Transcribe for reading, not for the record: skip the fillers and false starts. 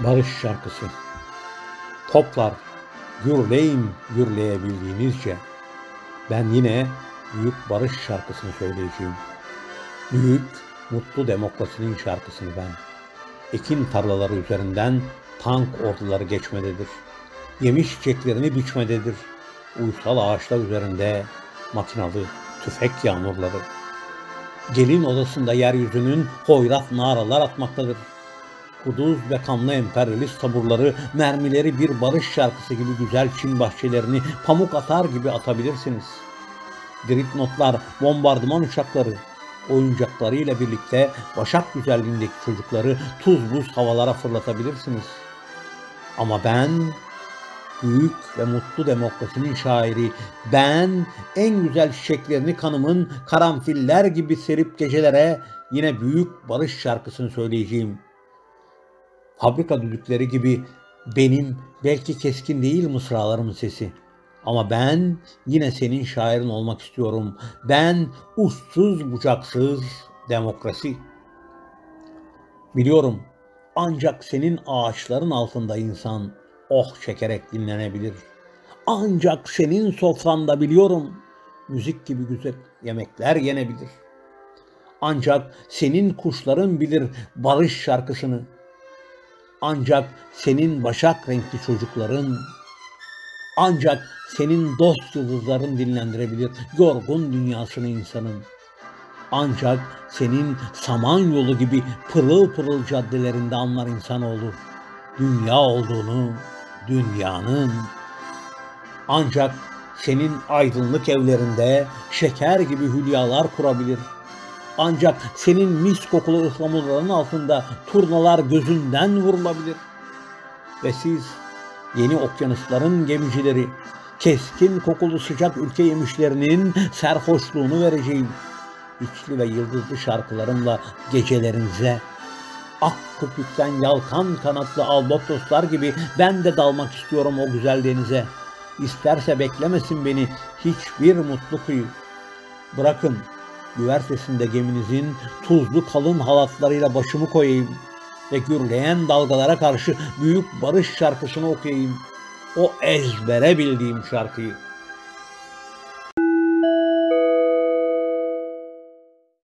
Barış şarkısı. Toplar gürleyin gürleyebildiğinizce ben yine büyük barış şarkısını söyleyeceğim. Büyük, mutlu demokrasinin şarkısını ben. Ekin tarlaları üzerinden tank orduları geçmededir. Yemiş çiçeklerini biçmededir. Uysal ağaçlar üzerinde makinalı tüfek yağmurları. Gelin odasında yeryüzünün hoyrat naralar atmaktadır. Kuduz ve kanlı emperyalist taburları, mermileri bir barış şarkısı gibi güzel Çin bahçelerini pamuk atar gibi atabilirsiniz. Dreadnoughtlar, bombardıman uçakları, oyuncaklarıyla birlikte Başak güzelliğindeki çocukları tuz buz havalara fırlatabilirsiniz. Ama ben, büyük ve mutlu demokrasinin şairi, ben en güzel çiçeklerini kanımın karanfiller gibi serip gecelere yine büyük barış şarkısını söyleyeceğim. Fabrika düdükleri gibi benim belki keskin değil mısralarımın sesi. Ama ben yine senin şairin olmak istiyorum. Ben uçsuz bucaksız demokrasi. Biliyorum ancak senin ağaçların altında insan oh çekerek dinlenebilir. Ancak senin sofranda biliyorum müzik gibi güzel yemekler yenebilir. Ancak senin kuşların bilir barış şarkısını. Ancak senin başak renkli çocukların, ancak senin dost yıldızların dinlendirebilir yorgun dünyasını insanın. Ancak senin Samanyolu gibi pırıl pırıl caddelerinde anlar insanoğlu dünya olduğunu, dünyanın. Ancak senin aydınlık evlerinde şeker gibi hülyalar kurabilir. Ancak senin mis kokulu ıhlamurların altında turnalar gözünden vurulabilir. Ve siz yeni okyanusların gemicileri, keskin kokulu sıcak ülke yemişlerinin serhoşluğunu vereceğim. İçli ve yıldızlı şarkılarımla gecelerinize, ak köpükten yalkan kanatlı albatroslar gibi ben de dalmak istiyorum o güzel denize. İsterse beklemesin beni hiçbir mutlu kıyı. Bırakın güvertesinde geminizin tuzlu kalın halatlarıyla başımı koyayım ve gürleyen dalgalara karşı büyük barış şarkısını okuyayım. O ezbere bildiğim şarkıyı.